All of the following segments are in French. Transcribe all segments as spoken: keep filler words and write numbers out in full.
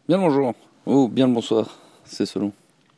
Bien le bonjour, ou bien le bonsoir, c'est selon.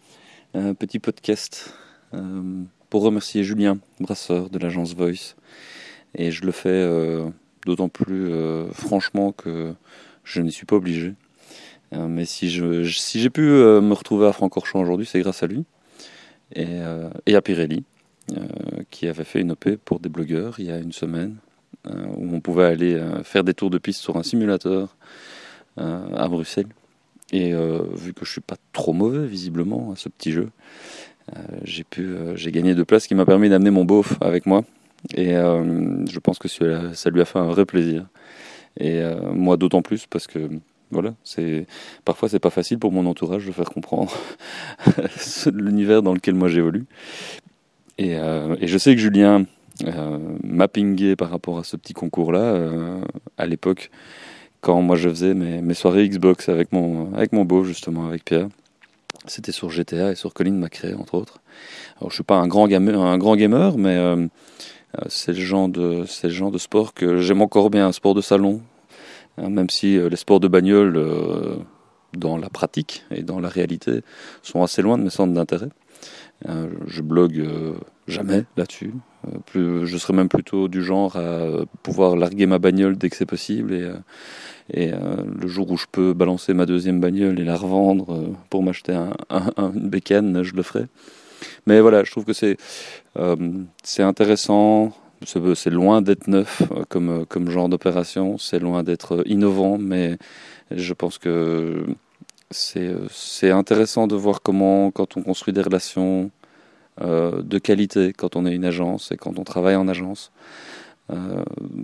Un petit podcast euh, pour remercier Julien Brasseur de l'agence Voice. Et je le fais euh, d'autant plus euh, franchement que je n'y suis pas obligé. Euh, mais si je, si j'ai pu euh, me retrouver à Francorchamps aujourd'hui, c'est grâce à lui et, euh, et à Pirelli, euh, qui avait fait une O P pour des blogueurs il y a une semaine, euh, où on pouvait aller euh, faire des tours de piste sur un simulateur euh, à Bruxelles. Et euh, vu que je suis pas trop mauvais visiblement à ce petit jeu, euh, j'ai pu, euh, j'ai gagné deux places, ce qui m'a permis d'amener mon beauf avec moi. Et euh, je pense que ça, ça lui a fait un vrai plaisir. Et euh, moi d'autant plus parce que voilà, c'est parfois c'est pas facile pour mon entourage de faire comprendre l'univers dans lequel moi j'évolue. Et, euh, et je sais que Julien euh, m'a pingé par rapport à ce petit concours-là euh, à l'époque quand moi je faisais mes, mes soirées Xbox avec mon avec mon beauf justement avec Pierre. C'était sur G T A et sur Colin McRae, entre autres. Alors, je suis pas un grand gamer, un grand gamer mais euh, c'est le genre de, c'est le genre de sport que j'aime encore bien, un sport de salon, hein, même si euh, les sports de bagnole, euh, dans la pratique et dans la réalité, sont assez loin de mes centres d'intérêt. Euh, je blogue euh, jamais là-dessus. Euh, plus, je serais même plutôt du genre à euh, pouvoir larguer ma bagnole dès que c'est possible et, euh, et euh, le jour où je peux balancer ma deuxième bagnole et la revendre euh, pour m'acheter un, un, un, une bécane, je le ferai. Mais voilà, je trouve que c'est euh, c'est intéressant. C'est, c'est loin d'être neuf euh, comme, comme genre d'opération. C'est loin d'être innovant, mais je pense que c'est, c'est intéressant de voir comment, quand on construit des relations euh, de qualité, quand on est une agence et quand on travaille en agence, euh,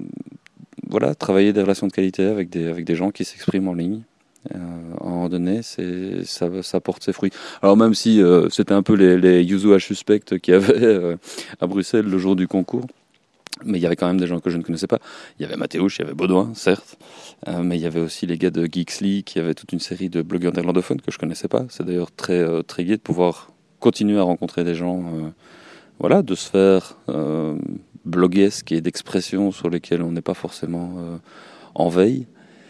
voilà, travailler des relations de qualité avec des, avec des gens qui s'expriment en ligne. Euh, à un moment donné, c'est, ça, ça porte ses fruits. Alors même si euh, c'était un peu les, les usual suspects qu'il y avait euh, à Bruxelles le jour du concours, mais il y avait quand même des gens que je ne connaissais pas. Il y avait Mathéouche, il y avait Baudouin, certes, euh, mais il y avait aussi les gars de Geeksly, qui avaient toute une série de blogueurs néerlandophones que je connaissais pas. C'est d'ailleurs très, euh, très gai de pouvoir continuer à rencontrer des gens, euh, voilà, de sphères euh, bloguesques et d'expressions sur lesquelles on n'est pas forcément euh, en veille.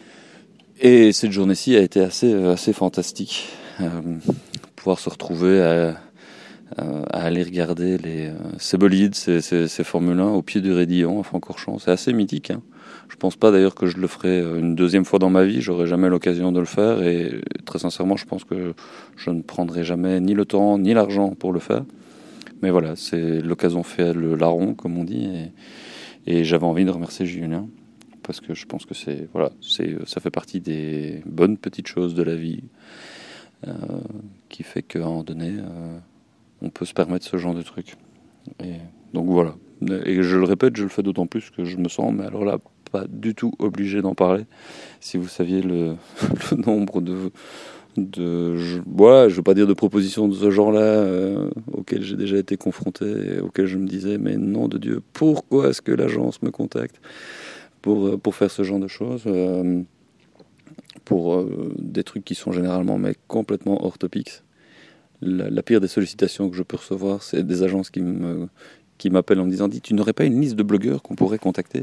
Et cette journée-ci a été assez, assez fantastique. Euh, pouvoir se retrouver à, à, à aller regarder les, euh, ces bolides, ces, ces, ces Formule un au pied du Raidillon à Francorchamps. C'est assez mythique. Hein. Je pense pas d'ailleurs que je le ferai une deuxième fois dans ma vie. J'aurai jamais l'occasion de le faire. Et très sincèrement, je pense que je ne prendrai jamais ni le temps ni l'argent pour le faire. Mais voilà, c'est l'occasion fait le larron, comme on dit. Et, et j'avais envie de remercier Julien parce que je pense que c'est voilà, c'est ça fait partie des bonnes petites choses de la vie euh, qui fait qu'à un moment donné, euh, on peut se permettre ce genre de truc. Et donc voilà. Et je le répète, je le fais d'autant plus que je me sens, mais alors là, pas du tout obligé d'en parler. Si vous saviez le, le nombre de de je, voilà, je veux pas dire de propositions de ce genre-là euh, auxquelles j'ai déjà été confronté et auxquelles je me disais mais nom de Dieu, pourquoi est-ce que l'agence me contacte pour pour faire ce genre de choses, euh, pour euh, des trucs qui sont généralement mais complètement hors topics. La, la pire des sollicitations que je peux recevoir, c'est des agences qui me qui m'appellent en me disant dis tu n'aurais pas une liste de blogueurs qu'on pourrait contacter.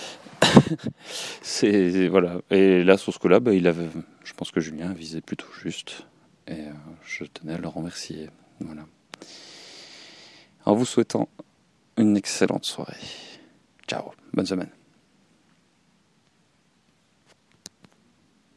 C'est voilà. Et là sur ce coup-là, bah, il avait, je pense que Julien visait plutôt juste. Et euh, je tenais à le remercier. Voilà. En vous souhaitant une excellente soirée. Ciao, bonne semaine.